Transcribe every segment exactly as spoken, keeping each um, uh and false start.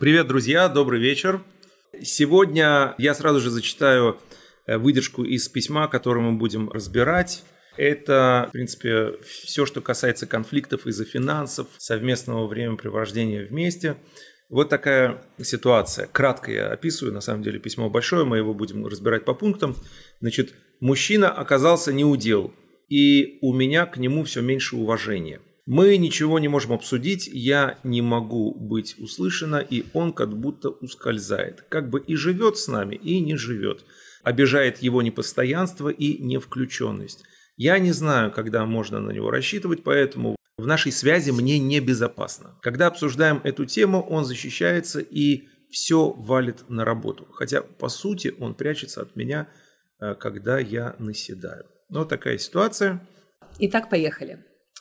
Привет, друзья, добрый вечер. Сегодня я сразу же зачитаю выдержку из письма, которое мы будем разбирать. Это, в принципе, все, что касается конфликтов из-за финансов, совместного времяпрепровождения вместе. Вот такая ситуация. Кратко я описываю, на самом деле письмо большое, мы его будем разбирать по пунктам. Значит, мужчина оказался неудел, и у меня к нему все меньше уважения. Мы ничего не можем обсудить, я не могу быть услышана, и он как будто ускользает. Как бы и живет с нами, и не живет. Обижает его непостоянство и невключенность. Я не знаю, когда можно на него рассчитывать, поэтому в нашей связи мне небезопасно. Когда обсуждаем эту тему, он защищается и все валит на работу. Хотя, по сути, он прячется от меня, когда я наседаю. Вот такая ситуация. Итак, поехали.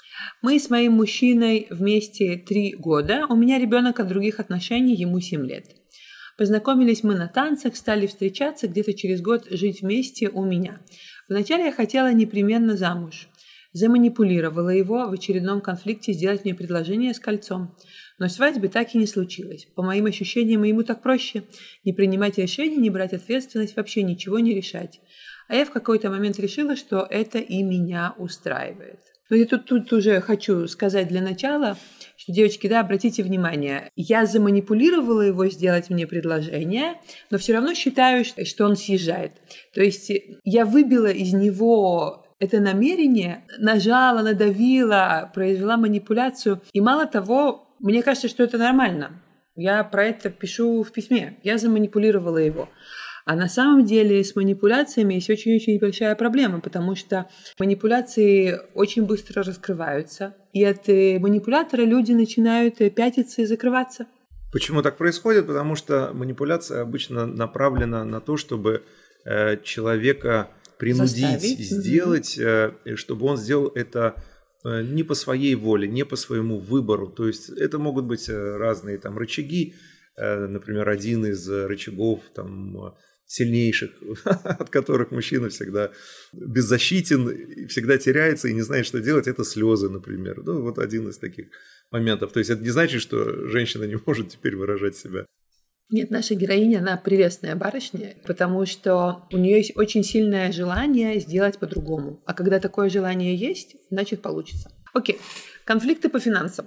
Мы с моим мужчиной вместе три года. У меня ребенок от других отношений, ему семь лет. Познакомились мы на танцах, стали встречаться, где-то через год жить вместе у меня. Вначале я хотела непременно замуж. Заманипулировала его в очередном конфликте сделать мне предложение с кольцом. Но свадьбы так и не случилось. По моим ощущениям, ему так проще не принимать решения, не брать ответственность, вообще ничего не решать. А я в какой-то момент решила, что это и меня устраивает. Но я тут, тут уже хочу сказать для начала, что, девочки, да, обратите внимание, я заманипулировала его сделать мне предложение, но все равно считаю, что он съезжает. То есть я выбила из него это намерение, нажала, надавила, произвела манипуляцию. И мало того, мне кажется, что это нормально. Я про это пишу в письме. Я заманипулировала его. А на самом деле с манипуляциями есть очень-очень большая проблема, потому что манипуляции очень быстро раскрываются, и от манипулятора люди начинают пятиться и закрываться. Почему так происходит? Потому что манипуляция обычно направлена на то, чтобы человека принудить Заставить. сделать, угу. чтобы он сделал это не по своей воле, не по своему выбору. То есть это могут быть разные там рычаги, например, один из рычагов там сильнейших, от которых мужчина всегда беззащитен, всегда теряется и не знает, что делать, это слезы, например. Ну, вот один из таких моментов. То есть это не значит, что женщина не может теперь выражать себя. Нет, наша героиня, она прелестная барышня, потому что у нее есть очень сильное желание сделать по-другому. А когда такое желание есть, значит получится. Окей, конфликты по финансам.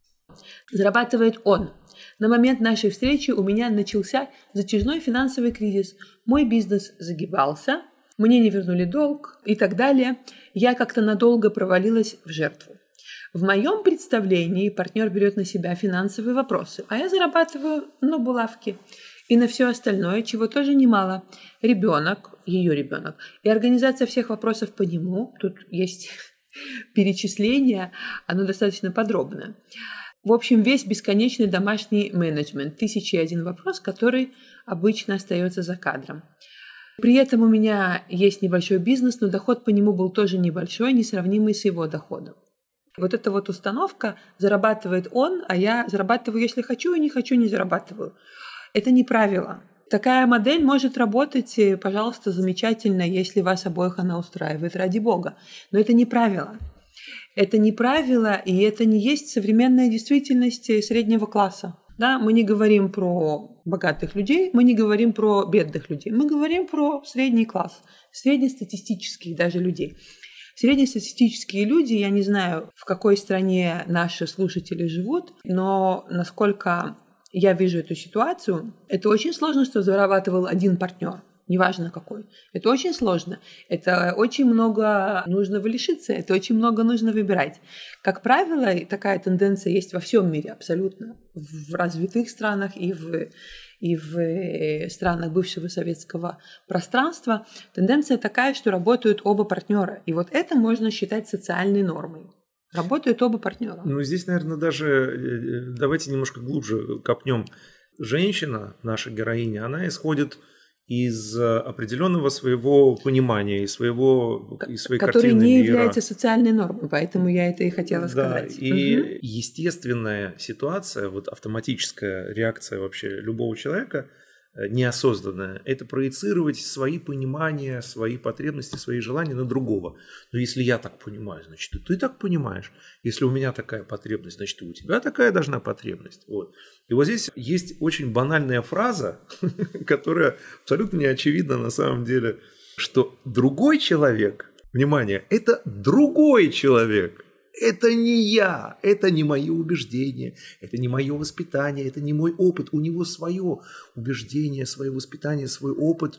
Зарабатывает он. На момент нашей встречи у меня начался затяжной финансовый кризис. Мой бизнес загибался, мне не вернули долг и так далее. Я как-то надолго провалилась в жертву. В моем представлении партнер берет на себя финансовые вопросы, а я зарабатываю на булавки и на все остальное, чего тоже немало. Ребенок, ее ребенок, и организация всех вопросов по нему. Тут есть перечисление, оно достаточно подробное. В общем, весь бесконечный домашний менеджмент. Тысяча и один вопрос, который обычно остается за кадром. При этом у меня есть небольшой бизнес, но доход по нему был тоже небольшой, несравнимый с его доходом. Вот эта вот установка: зарабатывает он, а я зарабатываю, если хочу, и не хочу, не зарабатываю. Это не правило. Такая модель может работать, пожалуйста, замечательно, если вас обоих она устраивает, ради бога. Но это не правило. Это не правило, и это не есть современная действительность среднего класса. Да? Мы не говорим про богатых людей, мы не говорим про бедных людей, мы говорим про средний класс, среднестатистических даже людей. Среднестатистические люди, я не знаю, в какой стране наши слушатели живут, но насколько я вижу эту ситуацию, это очень сложно, что зарабатывал один партнер. Неважно какой. Это очень сложно. Это очень много нужно лишиться, это очень много нужно выбирать. Как правило, такая тенденция есть во всем мире абсолютно. В развитых странах и в, и в странах бывшего советского пространства. Тенденция такая, что работают оба партнера. И вот это можно считать социальной нормой. Работают оба партнера. Ну, здесь, наверное, даже давайте немножко глубже копнем. Женщина, наша героиня, она исходит из определенного своего понимания, из своего, из своей который картины не мира. является социальной нормой, поэтому я это и хотела сказать. Да, и угу. естественная ситуация, вот автоматическая реакция вообще любого человека, неосознанное, это проецировать свои понимания, свои потребности, свои желания на другого. Но если я так понимаю, значит, и ты так понимаешь. Если у меня такая потребность, значит, и у тебя такая должна потребность. Вот. И вот здесь есть очень банальная фраза, которая абсолютно не очевидна на самом деле, что другой человек, внимание, это другой человек. Это не я, это не мои убеждения, это не мое воспитание, это не мой опыт. У него свое убеждение, свое воспитание, свой опыт,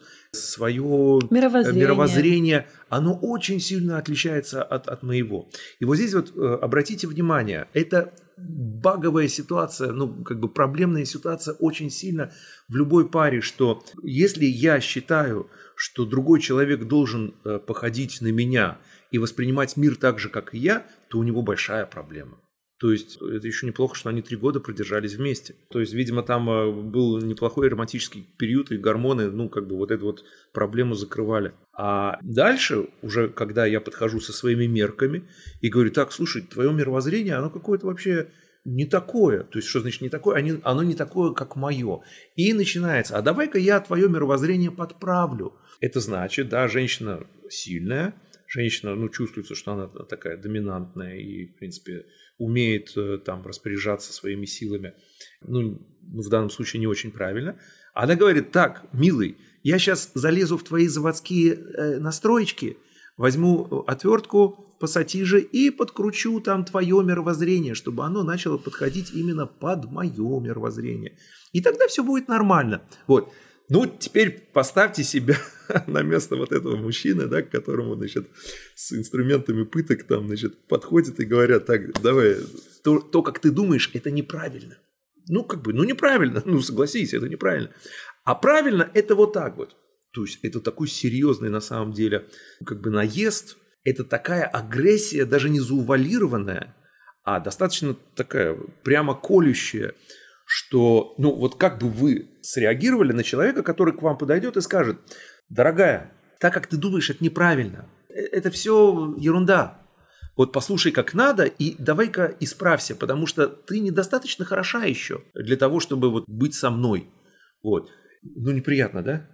свое мировоззрение. мировоззрение. Оно очень сильно отличается от, от моего. И вот здесь вот обратите внимание, это баговая ситуация, ну как бы проблемная ситуация очень сильно в любой паре, что если я считаю, что другой человек должен походить на меня и воспринимать мир так же, как и я, то у него большая проблема. То есть это еще неплохо, что они три года продержались вместе. То есть, видимо, там был неплохой романтический период, и гормоны, ну, как бы вот эту вот проблему закрывали. А дальше, уже когда я подхожу со своими мерками и говорю, так, слушай, твое мировоззрение, оно какое-то вообще не такое. То есть, что значит не такое? Оно не такое, как мое. И начинается, а давай-ка я твое мировоззрение подправлю. Это значит, да, женщина сильная, женщина, ну, чувствуется, что она такая доминантная и, в принципе, умеет там распоряжаться своими силами. Ну, в данном случае не очень правильно. Она говорит, так, милый, я сейчас залезу в твои заводские э, настроечки, возьму отвертку пассатижи и подкручу там твое мировоззрение, чтобы оно начало подходить именно под мое мировоззрение. И тогда все будет нормально. Вот. Ну, теперь поставьте себя на место вот этого мужчины, да, к которому, значит, с инструментами пыток там, значит, подходят и говорят, так, давай, то, то, как ты думаешь, это неправильно. Ну, как бы, ну, неправильно, ну, согласись, это неправильно. А правильно это вот так вот. То есть, это такой серьезный, на самом деле, как бы наезд, это такая агрессия, даже не заувалированная, а достаточно такая прямо колющая, что, ну, вот как бы вы среагировали на человека, который к вам подойдет и скажет, дорогая, так как ты думаешь, это неправильно, это все ерунда. Вот послушай, как надо, и давай-ка исправься, потому что ты недостаточно хороша еще для того, чтобы вот быть со мной. Вот. Ну, неприятно, да?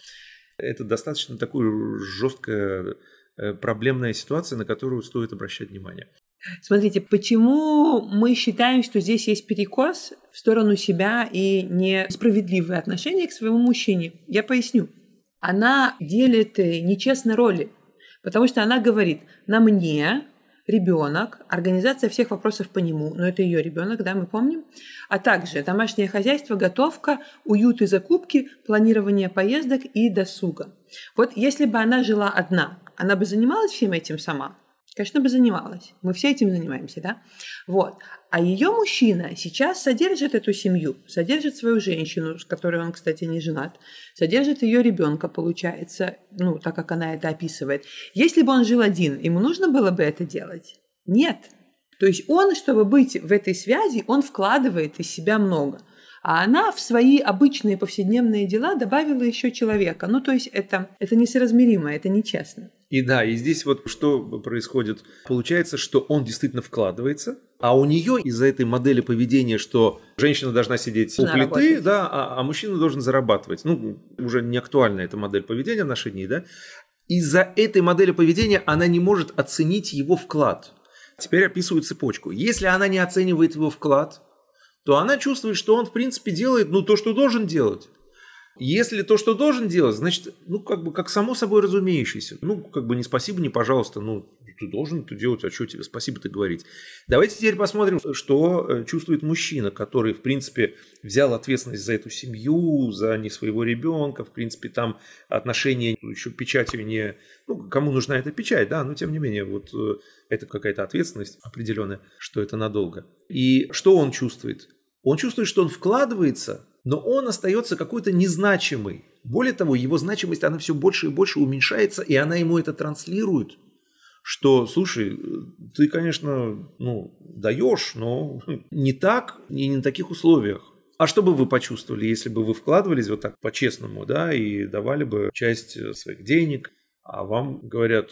Это достаточно такая жесткая проблемная ситуация, на которую стоит обращать внимание. Смотрите, почему мы считаем, что здесь есть перекос в сторону себя и несправедливые отношения к своему мужчине? Я поясню. Она делит нечестно роли, потому что она говорит, на мне ребенок, организация всех вопросов по нему, но это ее ребенок, да, мы помним, а также домашнее хозяйство, готовка, уют и закупки, планирование поездок и досуга. Вот если бы она жила одна, она бы занималась всем этим сама? Конечно, бы занималась. Мы все этим занимаемся, да? Вот. А ее мужчина сейчас содержит эту семью, содержит свою женщину, с которой он, кстати, не женат, содержит ее ребенка, получается, ну, так как она это описывает. Если бы он жил один, ему нужно было бы это делать? Нет. То есть он, чтобы быть в этой связи, он вкладывает из себя много. А она в свои обычные повседневные дела добавила еще человека. Ну, то есть это, это несоразмеримо, это нечестно. И да, и здесь вот что происходит. Получается, что он действительно вкладывается, а у нее из-за этой модели поведения, что женщина должна сидеть у плиты, да, а, а мужчина должен зарабатывать. Ну, уже не актуальна эта модель поведения в наши дни, да. Из-за этой модели поведения она не может оценить его вклад. Теперь описываю цепочку. Если она не оценивает его вклад, то она чувствует, что он, в принципе, делает, ну, то, что должен делать. Если то, что должен делать, значит, ну, как бы, как само собой разумеющееся. Ну, как бы, не спасибо, не пожалуйста, ну, ты должен это делать, а что тебе спасибо-то говорить. Давайте теперь посмотрим, что чувствует мужчина, который, в принципе, взял ответственность за эту семью, за не своего ребенка, в принципе, там отношения еще печатью не... Ну, кому нужна эта печать, да, но тем не менее, вот это какая-то ответственность определенная, что это надолго. И что он чувствует? Он чувствует, что он вкладывается, но он остается какой-то незначимый. Более того, его значимость, она все больше и больше уменьшается, и она ему это транслирует, что, слушай, ты, конечно, ну, даешь, но не так и не на таких условиях. А что бы вы почувствовали, если бы вы вкладывались вот так по-честному, да, и давали бы часть своих денег, а вам говорят,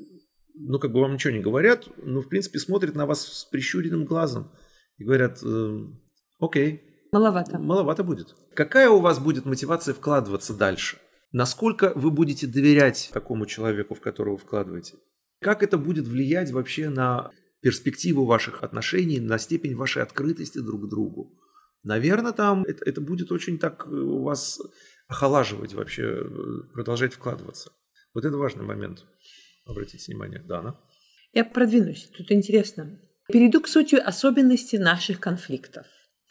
ну, как бы вам ничего не говорят, но, в принципе, смотрят на вас с прищуренным глазом и говорят... Окей, Маловато. Маловато будет. Какая у вас будет мотивация вкладываться дальше? Насколько вы будете доверять такому человеку, в которого вы вкладываете? Как это будет влиять вообще на перспективу ваших отношений, на степень вашей открытости друг к другу? Наверное, там это, это будет очень так у вас охолаживать вообще, продолжать вкладываться. Вот это важный момент. Обратите внимание. Дана? Я продвинусь. Тут интересно. Перейду к сути особенностей наших конфликтов.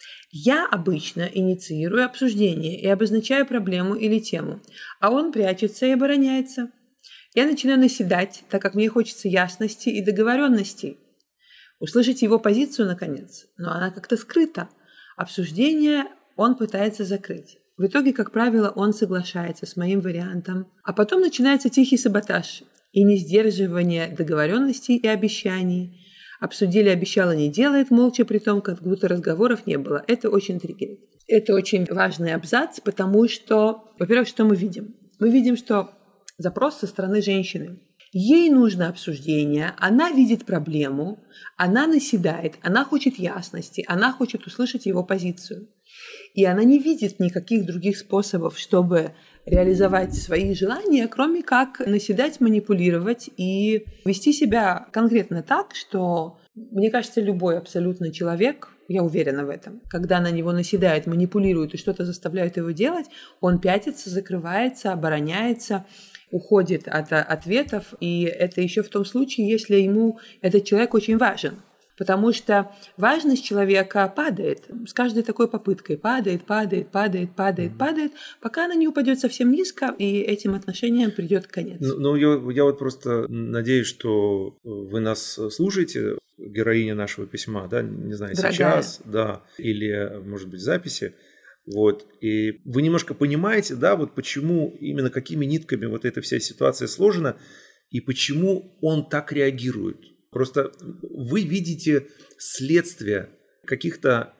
Я обычно инициирую обсуждение и обозначаю проблему или тему, а он прячется и обороняется. Я начинаю наседать, так как мне хочется ясности и договоренностей. Услышать его позицию, наконец, но она как-то скрыта. Обсуждение он пытается закрыть. В итоге, как правило, он соглашается с моим вариантом, а потом начинается тихий саботаж и несдерживание договоренностей и обещаний. Обсудили, обещала, не делает, молча, при том, как будто разговоров не было. Это очень триггерит. Это очень важный абзац, потому что, во-первых, что мы видим? Мы видим, что запрос со стороны женщины. Ей нужно обсуждение, она видит проблему, она наседает, она хочет ясности, она хочет услышать его позицию. И она не видит никаких других способов, чтобы реализовать свои желания, кроме как наседать, манипулировать и вести себя конкретно так, что, мне кажется, любой абсолютно человек, я уверена в этом, когда на него наседает, манипулирует и что-то заставляет его делать, он пятится, закрывается, обороняется, уходит от ответов, и это еще в том случае, если ему этот человек очень важен. Потому что важность человека падает. С каждой такой попыткой падает, падает, падает, падает, падает, пока она не упадет совсем низко, и этим отношениям придет конец. Ну, ну я, я вот просто надеюсь, что вы нас слушаете, героиня нашего письма, да, не знаю, Дорогая. Сейчас, да, или, может быть, в записи. Вот, и вы немножко понимаете, да, вот почему, именно какими нитками вот эта вся ситуация сложена, и почему он так реагирует. Просто вы видите следствие каких-то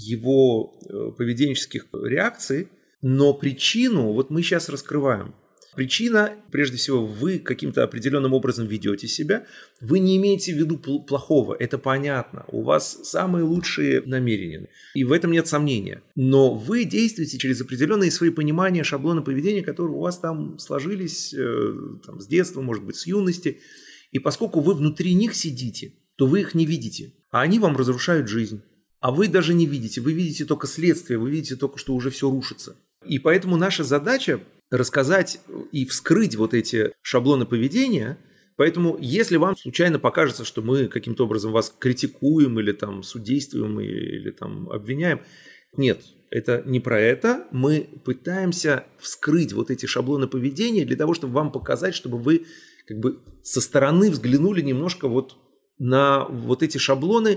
его поведенческих реакций, но причину вот мы сейчас раскрываем. Причина, прежде всего, вы каким-то определенным образом ведете себя, вы не имеете в виду плохого, это понятно, у вас самые лучшие намерения, и в этом нет сомнения. Но вы действуете через определенные свои понимания, шаблоны поведения, которые у вас там сложились там, с детства, может быть, с юности. И поскольку вы внутри них сидите, то вы их не видите, а они вам разрушают жизнь. А вы даже не видите, вы видите только следствие, вы видите только, что уже все рушится. И поэтому наша задача рассказать и вскрыть вот эти шаблоны поведения. Поэтому если вам случайно покажется, что мы каким-то образом вас критикуем или там судействуем или там обвиняем, нет, это не про это. Мы пытаемся вскрыть вот эти шаблоны поведения для того, чтобы вам показать, чтобы вы как бы со стороны взглянули немножко вот на вот эти шаблоны.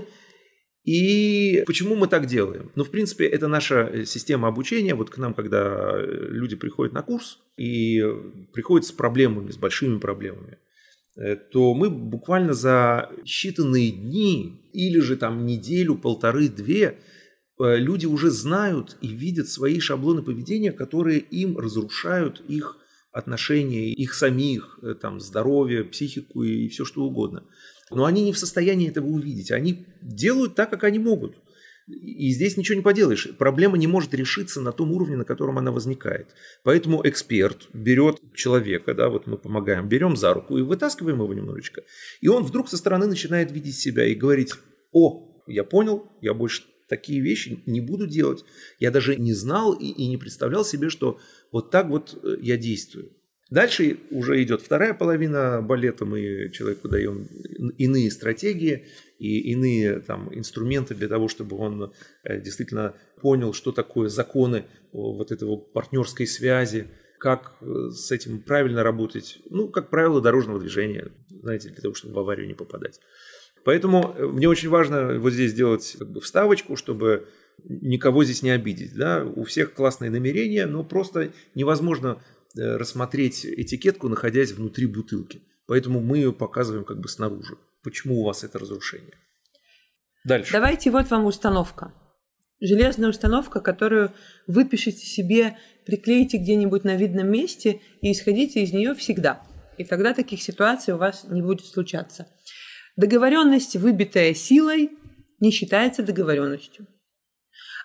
И почему мы так делаем? Ну, в принципе, это наша система обучения. Вот к нам, когда люди приходят на курс и приходят с проблемами, с большими проблемами, то мы буквально за считанные дни или же там неделю, полторы, две люди уже знают и видят свои шаблоны поведения, которые им разрушают их отношения, их самих, там, здоровье, психику и все что угодно. Но они не в состоянии этого увидеть. Они делают так, как они могут. И здесь ничего не поделаешь. Проблема не может решиться на том уровне, на котором она возникает. Поэтому эксперт берет человека, да, вот мы помогаем, берем за руку и вытаскиваем его немножечко. И он вдруг со стороны начинает видеть себя и говорить: о, я понял, я больше такие вещи не буду делать. Я даже не знал и, и не представлял себе, что вот так вот я действую. Дальше уже идет вторая половина балета, мы человеку даем иные стратегии и иные там, инструменты для того, чтобы он действительно понял, что такое законы вот этого партнерской связи, как с этим правильно работать, ну, как правило, дорожного движения, знаете, для того, чтобы в аварию не попадать. Поэтому мне очень важно вот здесь сделать как бы вставочку, чтобы никого здесь не обидеть. Да? У всех классные намерения, но просто невозможно рассмотреть этикетку, находясь внутри бутылки. Поэтому мы ее показываем как бы снаружи. Почему у вас это разрушение? Дальше. Давайте вот вам установка. Железная установка, которую вы пишете себе, приклеите где-нибудь на видном месте и исходите из нее всегда. И тогда таких ситуаций у вас не будет случаться. Договоренность, выбитая силой, не считается договоренностью.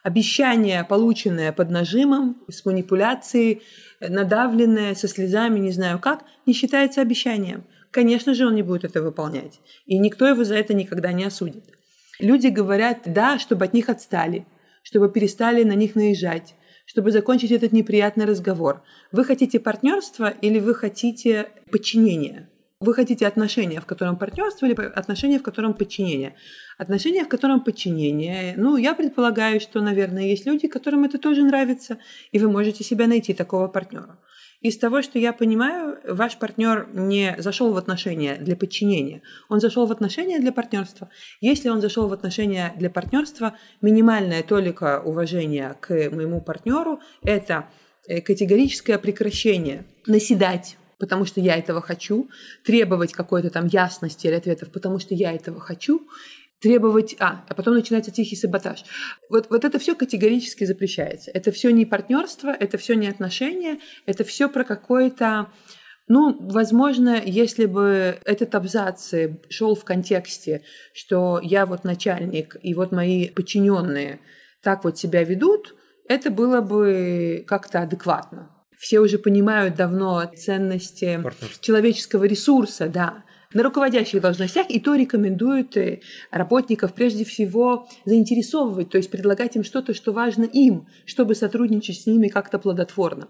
Обещание, полученное под нажимом, с манипуляцией, надавленное, со слезами, не знаю как, не считается обещанием. Конечно же, он не будет это выполнять. И никто его за это никогда не осудит. Люди говорят «да», чтобы от них отстали, чтобы перестали на них наезжать, чтобы закончить этот неприятный разговор. Вы хотите партнерства или вы хотите подчинения? Вы хотите отношения, в котором партнерство, или отношения, в котором подчинение? Отношения, в котором подчинение. Ну, я предполагаю, что, наверное, есть люди, которым это тоже нравится, и вы можете себе найти такого партнера. Из того, что я понимаю, ваш партнер не зашел в отношения для подчинения, он зашел в отношения для партнерства. Если он зашел в отношения для партнерства, минимальная толика уважения к моему партнеру – это категорическое прекращение наседать, потому что я этого хочу, требовать какой-то там ясности или ответов, потому что я этого хочу, требовать... А, а потом начинается тихий саботаж. Вот, вот это все категорически запрещается. Это все не партнерство, это все не отношения, это все про какое-то... Ну, возможно, если бы этот абзац шел в контексте, что я вот начальник, и вот мои подчиненные так вот себя ведут, это было бы как-то адекватно. Все уже понимают давно ценности человеческого ресурса, да, на руководящих должностях, и то рекомендуют работников прежде всего заинтересовывать, то есть предлагать им что-то, что важно им, чтобы сотрудничать с ними как-то плодотворно.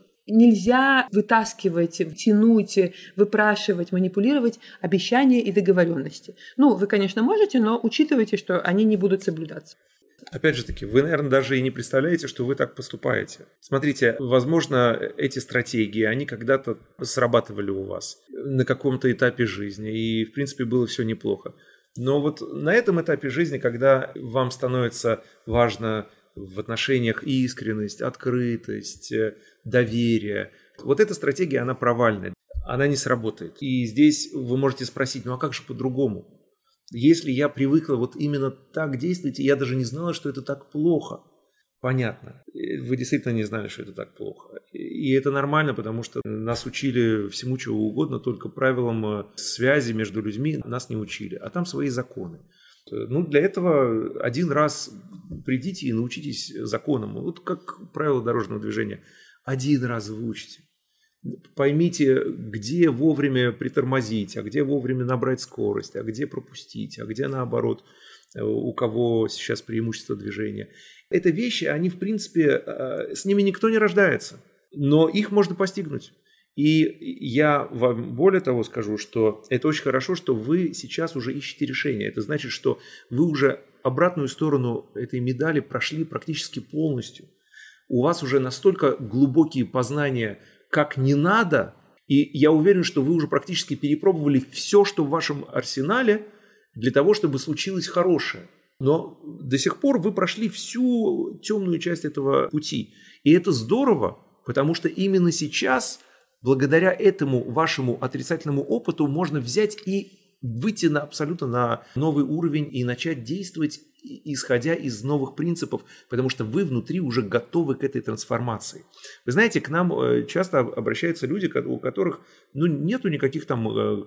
Нельзя вытаскивать, тянуть, выпрашивать, манипулировать обещания и договоренности. Ну, вы, конечно, можете, но учитывайте, что они не будут соблюдаться. Опять же таки, вы, наверное, даже и не представляете, что вы так поступаете. Смотрите, возможно, эти стратегии, они когда-то срабатывали у вас на каком-то этапе жизни, и, в принципе, было все неплохо. Но вот на этом этапе жизни, когда вам становится важно в отношениях искренность, открытость, доверие, вот эта стратегия, она провальная, она не сработает. И здесь вы можете спросить, ну а как же по-другому? Если я привыкла вот именно так действовать, и я даже не знала, что это так плохо. Понятно. Вы действительно не знали, что это так плохо. И это нормально, потому что нас учили всему чего угодно, только правилам связи между людьми нас не учили. А там свои законы. Ну, для этого один раз придите и научитесь законам. Вот как правило дорожного движения. Один раз выучите. Поймите, где вовремя притормозить, а где вовремя набрать скорость, а где пропустить, а где наоборот, у кого сейчас преимущество движения. Это вещи, они в принципе, с ними никто не рождается, но их можно постигнуть. И я вам более того скажу, что это очень хорошо, что вы сейчас уже ищете решение. Это значит, что вы уже обратную сторону этой медали прошли практически полностью. У вас уже настолько глубокие познания, как не надо, и я уверен, что вы уже практически перепробовали все, что в вашем арсенале, для того, чтобы случилось хорошее. Но до сих пор вы прошли всю темную часть этого пути. И это здорово, потому что именно сейчас, благодаря этому вашему отрицательному опыту, можно взять и выйти на абсолютно на новый уровень и начать действовать, исходя из новых принципов, потому что вы внутри уже готовы к этой трансформации. Вы знаете, к нам часто обращаются люди, у которых ну, нету никаких там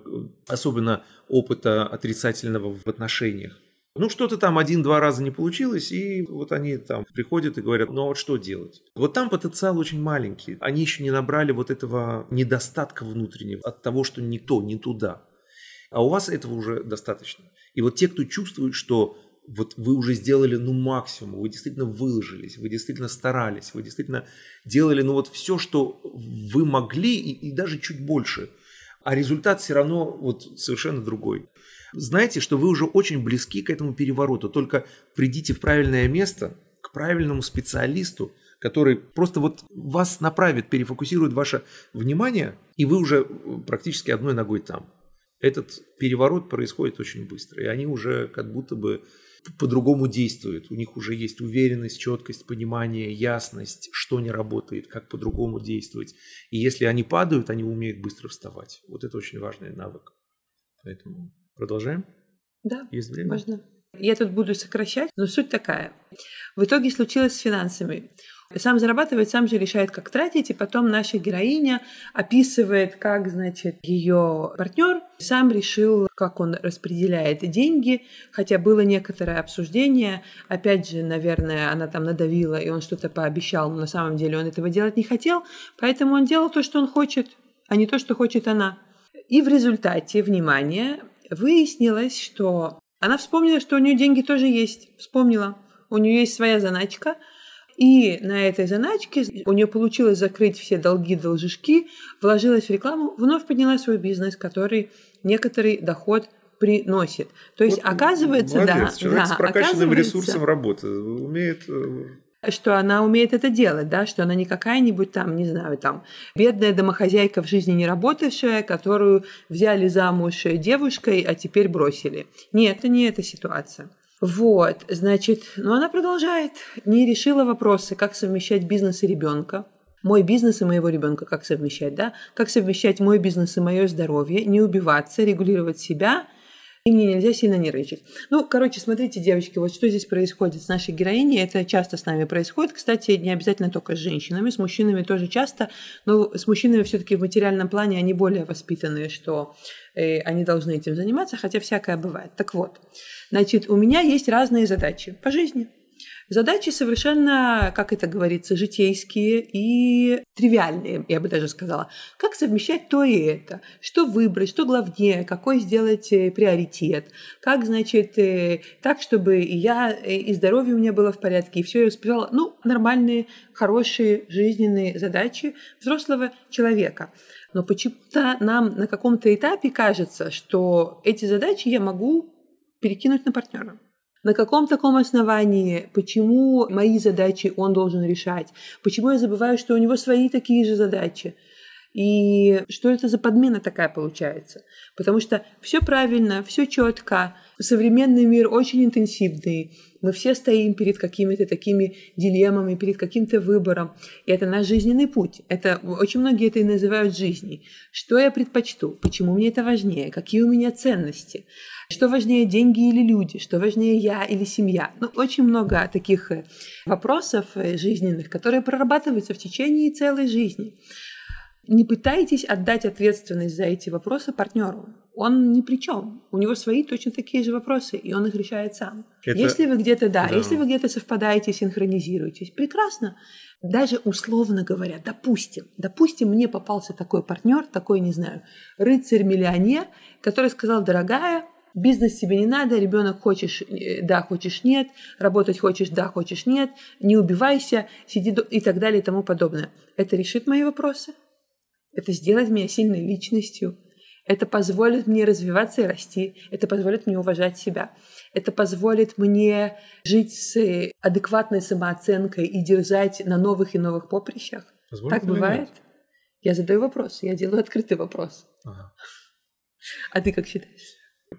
особенно опыта отрицательного в отношениях. Ну, что-то там один-два раза не получилось, и вот они там приходят и говорят, ну, а вот что делать? Вот там потенциал очень маленький. Они еще не набрали вот этого недостатка внутреннего от того, что не то, не туда. А у вас этого уже достаточно. И вот те, кто чувствует, что вот вы уже сделали ну максимум, вы действительно выложились, вы действительно старались, вы действительно делали ну вот все, что вы могли и, и даже чуть больше, а результат все равно вот совершенно другой. Знаете, что вы уже очень близки к этому перевороту, только придите в правильное место, к правильному специалисту, который просто вот вас направит, перефокусирует ваше внимание, и вы уже практически одной ногой там. Этот переворот происходит очень быстро, и они уже как будто бы по-другому действуют. У них уже есть уверенность, четкость, понимание, ясность, что не работает, как по-другому действовать. И если они падают, они умеют быстро вставать. Вот это очень важный навык. Поэтому продолжаем? Да, есть время? Можно. Я тут буду сокращать, но суть такая. В итоге случилось с финансами. Сам зарабатывает, сам же решает, как тратить, и потом наша героиня описывает, как, значит, ее партнер сам решил, как он распределяет деньги, хотя было некоторое обсуждение. Опять же, наверное, она там надавила, и он что-то пообещал, но на самом деле он этого делать не хотел, поэтому он делал то, что он хочет, а не то, что хочет она. И в результате, внимание, выяснилось, что она вспомнила, что у нее деньги тоже есть. Вспомнила. У нее есть своя заначка. И на этой заначке у нее получилось закрыть все долги, должишки, вложилась в рекламу, вновь подняла свой бизнес, который некоторый доход приносит. То есть, вот, оказывается, молодец, да... человек да, с прокачанным ресурсом работы умеет... Что она умеет это делать, да, что она не какая-нибудь там, не знаю, там, бедная домохозяйка в жизни не работавшая, которую взяли замуж девушкой, а теперь бросили. Нет, это не эта ситуация. Вот, значит, но она продолжает, не решила вопросы, как совмещать бизнес и ребенка. Мой бизнес и моего ребенка как совмещать, да? Как совмещать мой бизнес и мое здоровье, не убиваться, регулировать себя. И мне нельзя сильно нервничать. Ну, короче, смотрите, девочки, вот что здесь происходит с нашей героиней. Это часто с нами происходит. Кстати, не обязательно только с женщинами, с мужчинами тоже часто. Но с мужчинами все-таки в материальном плане они более воспитанные, что э, они должны этим заниматься, хотя всякое бывает. Так вот, значит, у меня есть разные задачи по жизни. Задачи совершенно, как это говорится, житейские и тривиальные, я бы даже сказала. Как совмещать то и это? Что выбрать, что главнее, какой сделать приоритет? Как, значит, так, чтобы и я, и здоровье у меня было в порядке, и все я успевала. Ну, нормальные, хорошие, жизненные задачи взрослого человека. Но почему-то нам на каком-то этапе кажется, что эти задачи я могу перекинуть на партнера. На каком таком основании, почему мои задачи он должен решать, почему я забываю, что у него свои такие же задачи, и что это за подмена такая получается. Потому что все правильно, все четко, современный мир очень интенсивный, мы все стоим перед какими-то такими дилеммами, перед каким-то выбором, и это наш жизненный путь. Это, очень многие это и называют жизнью. Что я предпочту, почему мне это важнее, какие у меня ценности. Что важнее, деньги или люди? Что важнее, я или семья? Ну, очень много таких вопросов жизненных, которые прорабатываются в течение целой жизни. Не пытайтесь отдать ответственность за эти вопросы партнеру. Он ни при чем. У него свои точно такие же вопросы, и он их решает сам. Это... Если вы где-то, да, да, если вы где-то совпадаете, синхронизируетесь, прекрасно. Даже условно говоря, допустим, допустим, мне попался такой партнер, такой, не знаю, рыцарь-миллионер, который сказал: дорогая, бизнес тебе не надо, ребенок хочешь, да, хочешь, нет, работать хочешь, да, хочешь, нет, не убивайся, сиди и так далее и тому подобное. Это решит мои вопросы. Это сделает меня сильной личностью. Это позволит мне развиваться и расти. Это позволит мне уважать себя. Это позволит мне жить с адекватной самооценкой и дерзать на новых и новых поприщах. Позволит так бывает? Нет? Я задаю вопрос, я делаю открытый вопрос. Ага. А ты как считаешь?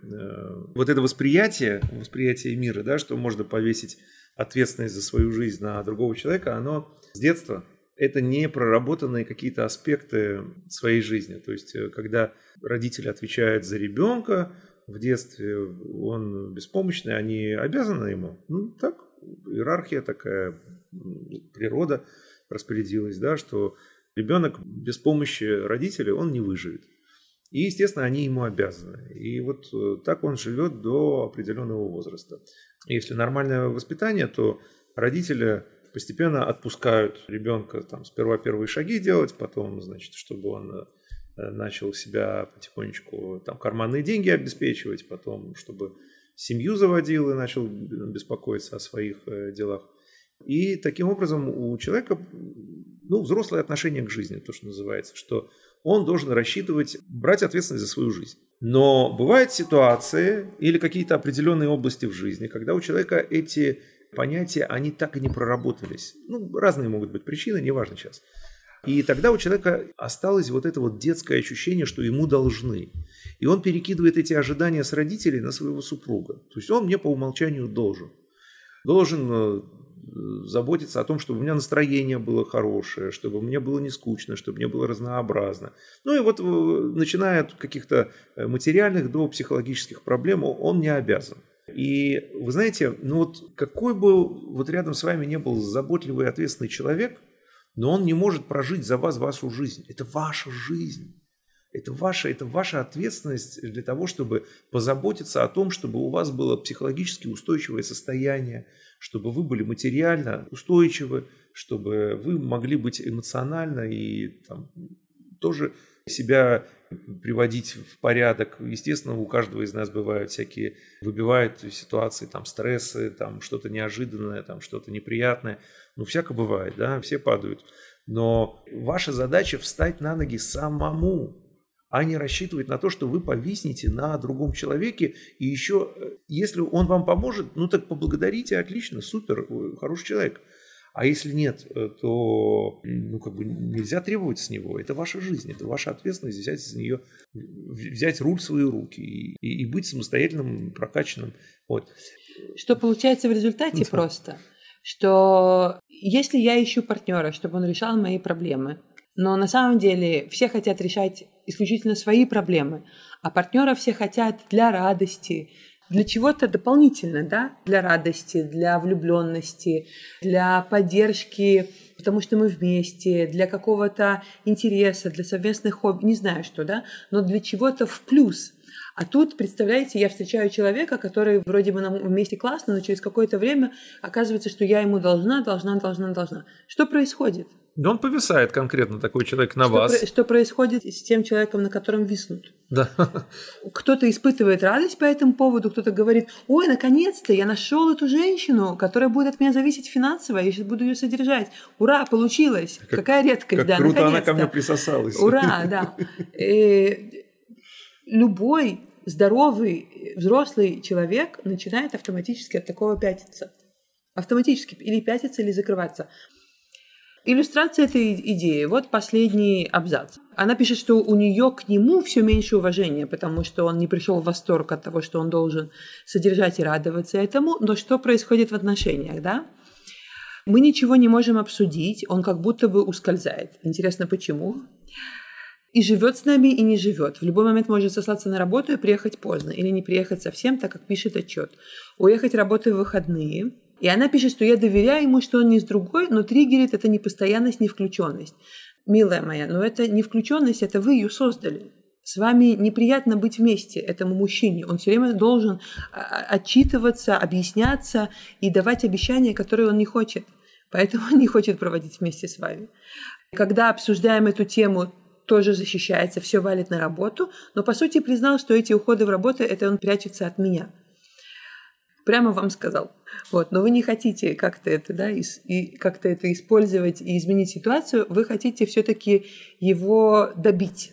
Вот это восприятие, восприятие мира, да, что можно повесить ответственность за свою жизнь на другого человека, оно с детства. Это не проработанные какие-то аспекты своей жизни. То есть, когда родители отвечают за ребенка в детстве, он беспомощный, они обязаны ему. Ну, так, иерархия такая, природа распорядилась, да, что ребенок без помощи родителей, он не выживет. И, естественно, они ему обязаны. И вот так он живет до определенного возраста. Если нормальное воспитание, то родители постепенно отпускают ребенка там, сперва первые шаги делать, потом, значит, чтобы он начал себя потихонечку там, карманные деньги обеспечивать, потом, чтобы семью заводил и начал беспокоиться о своих делах. И таким образом у человека ну, взрослое отношение к жизни, то, что называется, что он должен рассчитывать, брать ответственность за свою жизнь. Но бывают ситуации или какие-то определенные области в жизни, когда у человека эти понятия, они так и не проработались. Ну, разные могут быть причины, неважно сейчас. И тогда у человека осталось вот это вот детское ощущение, что ему должны. И он перекидывает эти ожидания с родителей на своего супруга. То есть он мне по умолчанию должен. Должен заботиться о том, чтобы у меня настроение было хорошее, чтобы мне было не скучно, чтобы мне было разнообразно. Ну и вот начиная от каких-то материальных до психологических проблем, он не обязан. И вы знаете, ну вот какой бы вот рядом с вами не был заботливый и ответственный человек, но он не может прожить за вас вашу жизнь. Это ваша жизнь. Это ваша, это ваша ответственность для того, чтобы позаботиться о том, чтобы у вас было психологически устойчивое состояние, чтобы вы были материально устойчивы, чтобы вы могли быть эмоционально и там, тоже себя приводить в порядок. Естественно, у каждого из нас бывают всякие, выбивают ситуации, там, стрессы, там, что-то неожиданное, там, что-то неприятное. Ну, всяко бывает, да, все падают. Но ваша задача встать на ноги самому, а не рассчитывать на то, что вы повиснете на другом человеке. И еще, если он вам поможет, ну так поблагодарите, отлично, супер, хороший человек. А если нет, то ну, как бы нельзя требовать с него. Это ваша жизнь, это ваша ответственность взять за нее, взять руль в свои руки и, и, и быть самостоятельным, прокачанным. Вот. Что получается в результате ну, просто, что если я ищу партнера, чтобы он решал мои проблемы, но на самом деле все хотят решать исключительно свои проблемы, а партнера все хотят для радости, для чего-то дополнительно, да, для радости, для влюбленности, для поддержки, потому что мы вместе, для какого-то интереса, для совместных хобби, не знаю что, да, но для чего-то в плюс. А тут, представляете, я встречаю человека, который вроде бы нам вместе классно, но через какое-то время оказывается, что я ему должна, должна, должна, должна. Что происходит? Да он повисает конкретно, такой человек, на что вас. Про, что происходит с тем человеком, на котором виснут? Да. Кто-то испытывает радость по этому поводу, кто-то говорит, ой, наконец-то я нашел эту женщину, которая будет от меня зависеть финансово, я сейчас буду ее содержать. Ура, получилось. Как, Какая редкость, как да, круто наконец-то. Она ко мне присосалась. Ура, да. И любой здоровый взрослый человек начинает автоматически от такого пятиться. Автоматически или пятиться, или закрываться. Иллюстрация этой идеи. Вот последний абзац. Она пишет, что у нее к нему все меньше уважения, потому что он не пришел в восторг от того, что он должен содержать и радоваться этому. Но что происходит в отношениях, да? Мы ничего не можем обсудить, он как будто бы ускользает. Интересно, почему? И живет с нами, и не живет. В любой момент может сослаться на работу и приехать поздно, или не приехать совсем, так как пишет отчет. Уехать работать в выходные. И она пишет, что я доверяю ему, что он не с другой, но триггерит это непостоянность, невключенность. Милая моя, но это не включенность, это вы ее создали. С вами неприятно быть вместе этому мужчине. Он все время должен отчитываться, объясняться и давать обещания, которые он не хочет. Поэтому он не хочет проводить вместе с вами. Когда обсуждаем эту тему, тоже защищается, все валит на работу, но по сути признал, что эти уходы в работу, это он прячется от меня. Прямо вам сказал. Вот. Но вы не хотите как-то это, да, и, и как-то это использовать и изменить ситуацию, вы хотите все-таки его добить.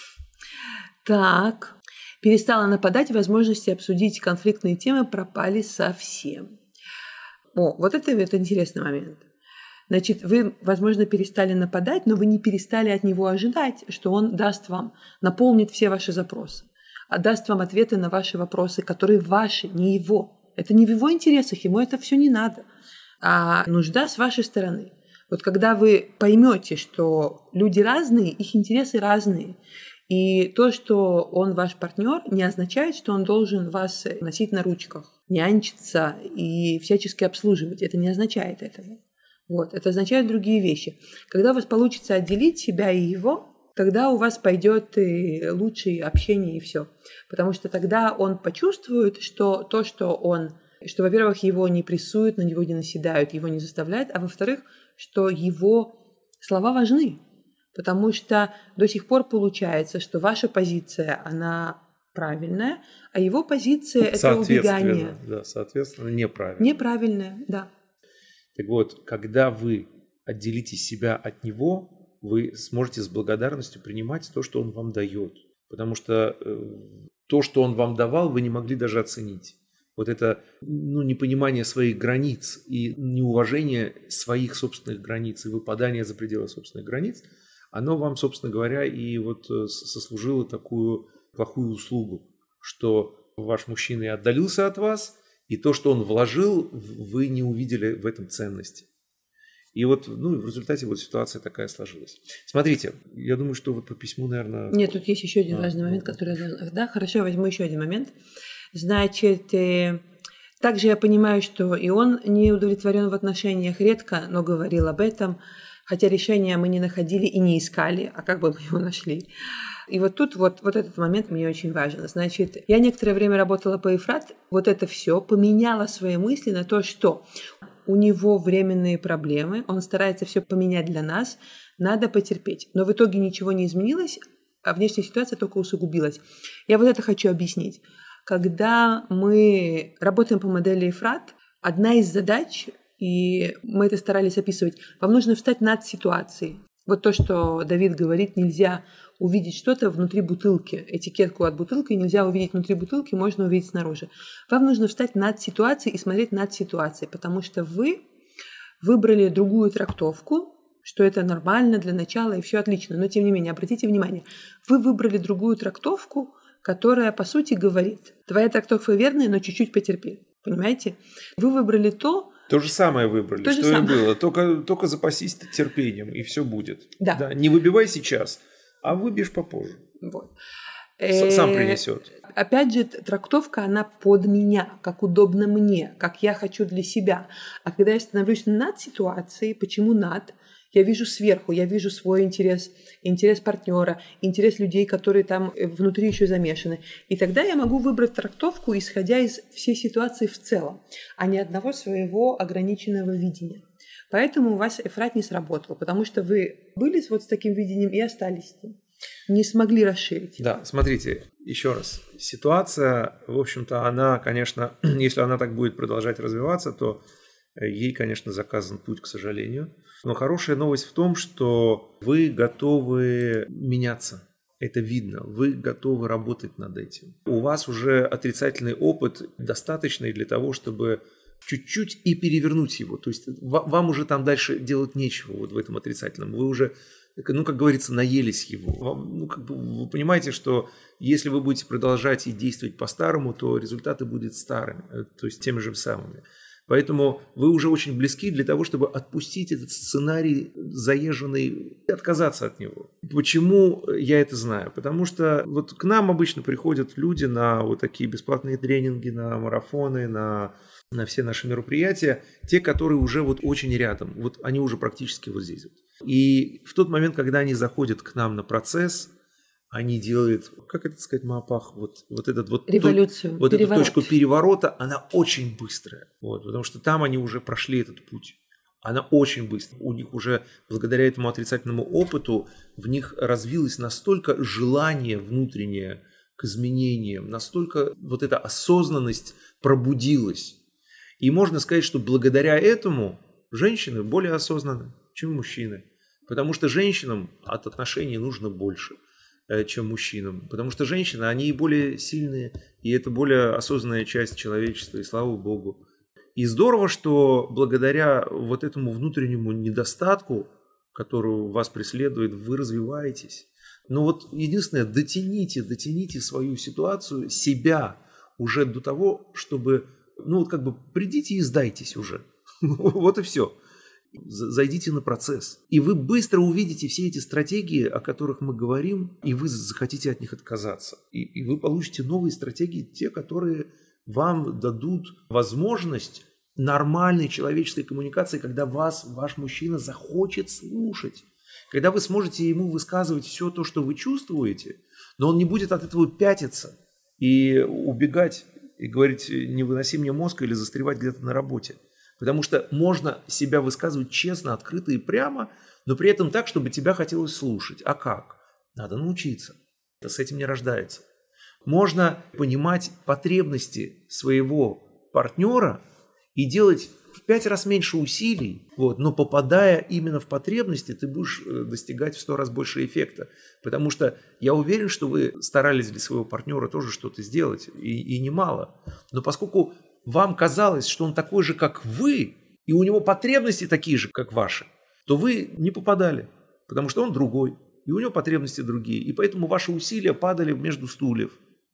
Так. Перестала нападать, возможности обсудить конфликтные темы пропали совсем. О, вот это, это интересный момент. Значит, вы, возможно, перестали нападать, но вы не перестали от него ожидать, что он даст вам, наполнит все ваши запросы, а даст вам ответы на ваши вопросы, которые ваши, не его. Это не в его интересах, ему это все не надо. А нужда с вашей стороны. Вот когда вы поймете, что люди разные, их интересы разные, и то, что он ваш партнер, не означает, что он должен вас носить на ручках, нянчиться и всячески обслуживать. Это не означает этого. Вот. Это означает другие вещи. Когда у вас получится отделить себя и его, тогда у вас пойдет и лучшее общение, и все. Потому что тогда он почувствует, что то, что он, что, во-первых, его не прессуют, на него не наседают, его не заставляют, а во-вторых, что его слова важны. Потому что до сих пор получается, что ваша позиция, она правильная, а его позиция – это убегание. Да, соответственно, неправильная. Неправильная, да. Так вот, когда вы отделите себя от него, вы сможете с благодарностью принимать то, что он вам дает. Потому что э, то, что он вам давал, вы не могли даже оценить. Вот это ну, непонимание своих границ и неуважение своих собственных границ и выпадание за пределы собственных границ, оно вам, собственно говоря, и вот сослужило такую плохую услугу, что ваш мужчина и отдалился от вас, и то, что он вложил, вы не увидели в этом ценности. И вот, ну, в результате вот ситуация такая сложилась. Смотрите, я думаю, что вот по письму, наверное... Нет, тут есть еще один а, важный момент, который... Да, хорошо, возьму еще один момент. Значит, э, также я понимаю, что и он не удовлетворен в отношениях редко, но говорил об этом, хотя решения мы не находили и не искали, а как бы мы его нашли. И вот тут вот, вот этот момент мне очень важен. Значит, я некоторое время работала по Ефрат, вот это все поменяла свои мысли на то, что у него временные проблемы, он старается все поменять для нас, надо потерпеть. Но в итоге ничего не изменилось, а внешняя ситуация только усугубилась. Я вот это хочу объяснить. Когда мы работаем по модели Ефрат, одна из задач, и мы это старались описывать, вам нужно встать над ситуацией. Вот то, что Давид говорит, нельзя увидеть что-то внутри бутылки. Этикетку от бутылки нельзя увидеть внутри бутылки, можно увидеть снаружи. Вам нужно встать над ситуацией и смотреть над ситуацией, потому что вы выбрали другую трактовку, что это нормально для начала и все отлично. Но тем не менее, обратите внимание, вы выбрали другую трактовку, которая, по сути, говорит, твоя трактовка верная, но чуть-чуть потерпи. Понимаете? Вы выбрали то, То же самое выбрали, то что и было. Только, только запасись терпением, и все будет. Да. Да, не выбивай сейчас, а выбьешь попозже. Вот. Сам принесет. Опять же, трактовка, она под меня, как удобно мне, как я хочу для себя. А когда я становлюсь над ситуацией, почему над? Я вижу сверху, я вижу свой интерес, интерес партнера, интерес людей, которые там внутри еще замешаны. И тогда я могу выбрать трактовку, исходя из всей ситуации в целом, а не одного своего ограниченного видения. Поэтому у вас Ефрат не сработал, потому что вы были вот с таким видением и остались с ним. Не смогли расширить. Да, смотрите, еще раз. Ситуация, в общем-то, она, конечно, если она так будет продолжать развиваться, то ей, конечно, заказан путь, к сожалению. Но хорошая новость в том, что вы готовы меняться. Это видно. Вы готовы работать над этим. У вас уже отрицательный опыт достаточный для того, чтобы чуть-чуть и перевернуть его. То есть вам уже там дальше делать нечего вот в этом отрицательном. Вы уже, ну, как говорится, наелись его. Вам, ну, как бы вы понимаете, что если вы будете продолжать и действовать по-старому, то результаты будут старыми, то есть теми же самыми. Поэтому вы уже очень близки для того, чтобы отпустить этот сценарий заезженный и отказаться от него. Почему я это знаю? Потому что вот к нам обычно приходят люди на вот такие бесплатные тренинги, на марафоны, на, на все наши мероприятия, те, которые уже вот очень рядом, вот они уже практически вот здесь. И в тот момент, когда они заходят к нам на процесс, они делают, как это сказать, Маапах, вот, вот этот вот революцию, то, вот эту переворот. точку переворота, она очень быстрая, вот, потому что там они уже прошли этот путь. Она очень быстрая. У них уже, благодаря этому отрицательному опыту, в них развилось настолько желание внутреннее к изменениям, настолько вот эта осознанность пробудилась. И можно сказать, что благодаря этому женщины более осознанны, чем мужчины. Потому что женщинам от отношений нужно больше, чем мужчинам. Потому что женщины, они более сильные, и это более осознанная часть человечества, и слава богу. И здорово, что благодаря вот этому внутреннему недостатку, который вас преследует, вы развиваетесь. Но вот единственное, дотяните, дотяните свою ситуацию, себя уже до того, чтобы, ну вот как бы придите и сдайтесь уже. Вот и все. Зайдите на процесс. И вы быстро увидите все эти стратегии, о которых мы говорим, и вы захотите от них отказаться. И, и вы получите новые стратегии, те, которые вам дадут возможность нормальной человеческой коммуникации, когда вас, ваш мужчина захочет слушать. Когда вы сможете ему высказывать все то, что вы чувствуете, но он не будет от этого пятиться и убегать, и говорить: не выноси мне мозг, или застревать где-то на работе. Потому что можно себя высказывать честно, открыто и прямо, но при этом так, чтобы тебя хотелось слушать. А как? Надо научиться. Это с этим не рождается. Можно понимать потребности своего партнера и делать в пять раз меньше усилий, вот, но попадая именно в потребности, ты будешь достигать в сто раз больше эффекта. Потому что я уверен, что вы старались для своего партнера тоже что-то сделать, и, и немало. Но поскольку вам казалось, что он такой же, как вы, и у него потребности такие же, как ваши, то вы не попадали, потому что он другой, и у него потребности другие. И поэтому ваши усилия падали между стульев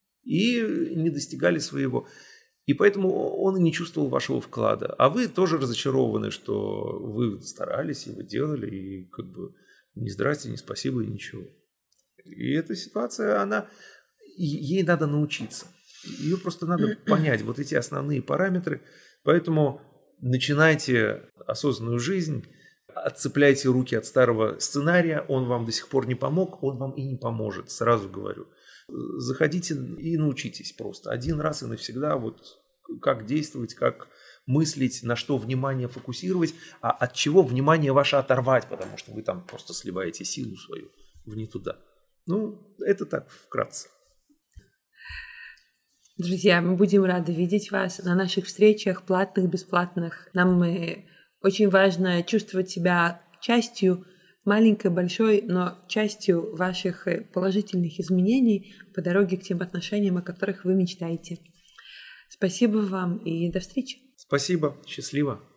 и не достигали своего. И поэтому он и не чувствовал вашего вклада. А вы тоже разочарованы, что вы старались, и вы делали, и как бы ни здрасте, ни спасибо, и ничего. И эта ситуация, она, ей надо научиться. Ее просто надо понять, вот эти основные параметры. Поэтому начинайте осознанную жизнь, отцепляйте руки от старого сценария, он вам до сих пор не помог, он вам и не поможет, сразу говорю. Заходите и научитесь просто один раз и навсегда, вот как действовать, как мыслить, на что внимание фокусировать, а от чего внимание ваше оторвать, потому что вы там просто сливаете силу свою в не туда. Ну, это так вкратце. Друзья, мы будем рады видеть вас на наших встречах, платных, бесплатных. Нам очень важно чувствовать себя частью, маленькой, большой, но частью ваших положительных изменений по дороге к тем отношениям, о которых вы мечтаете. Спасибо вам и до встречи. Спасибо, счастливо.